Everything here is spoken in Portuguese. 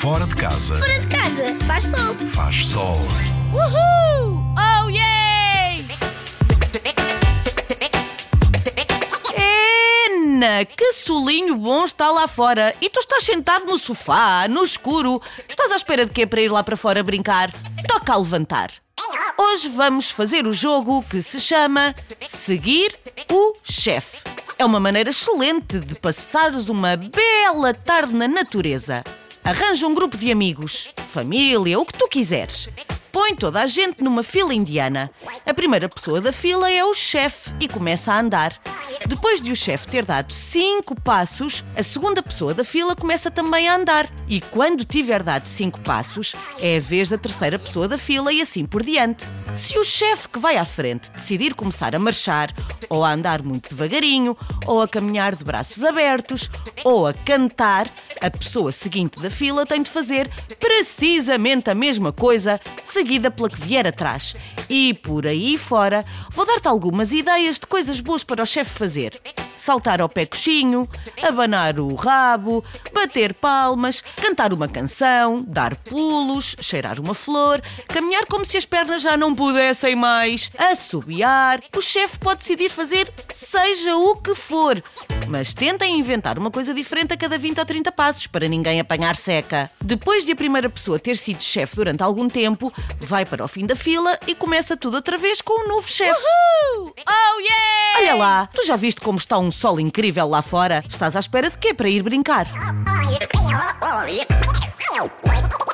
Fora de casa. Fora de casa, faz sol. Faz sol. Uhul! Oh yeah! Ena, que solinho bom está lá fora. E tu estás sentado no sofá, no escuro. Estás à espera de quê para ir lá para fora brincar? Toca a levantar. Hoje vamos fazer o jogo que se chama Seguir o Chefe. É uma maneira excelente de passares uma bela tarde na natureza. Arranja um grupo de amigos, família, o que tu quiseres. Põe toda a gente numa fila indiana. A primeira pessoa da fila é o chefe e começa a andar. Depois de o chefe ter dado 5 passos, a segunda pessoa da fila começa também a andar. E quando tiver dado 5 passos, é a vez da terceira pessoa da fila e assim por diante. Se o chefe que vai à frente decidir começar a marchar, ou a andar muito devagarinho, ou a caminhar de braços abertos, ou a cantar, a pessoa seguinte da fila tem de fazer precisamente a mesma coisa, seguida pela que vier atrás. E por aí fora, vou dar-te algumas ideias de coisas boas para o chefe fazer. Saltar ao pé coxinho, abanar o rabo, bater palmas, cantar uma canção, dar pulos, cheirar uma flor, caminhar como se as pernas já não pudessem mais, assobiar. O chefe pode decidir fazer seja o que for, mas tentem inventar uma coisa diferente a cada 20 ou 30 passos para ninguém apanhar seca. Depois de a primeira pessoa ter sido chefe durante algum tempo, vai para o fim da fila e começa tudo outra vez com um novo chefe. Uhul! Oh yeah! Olha lá, tu já viste como está um sol incrível lá fora? Estás à espera de quê para ir brincar?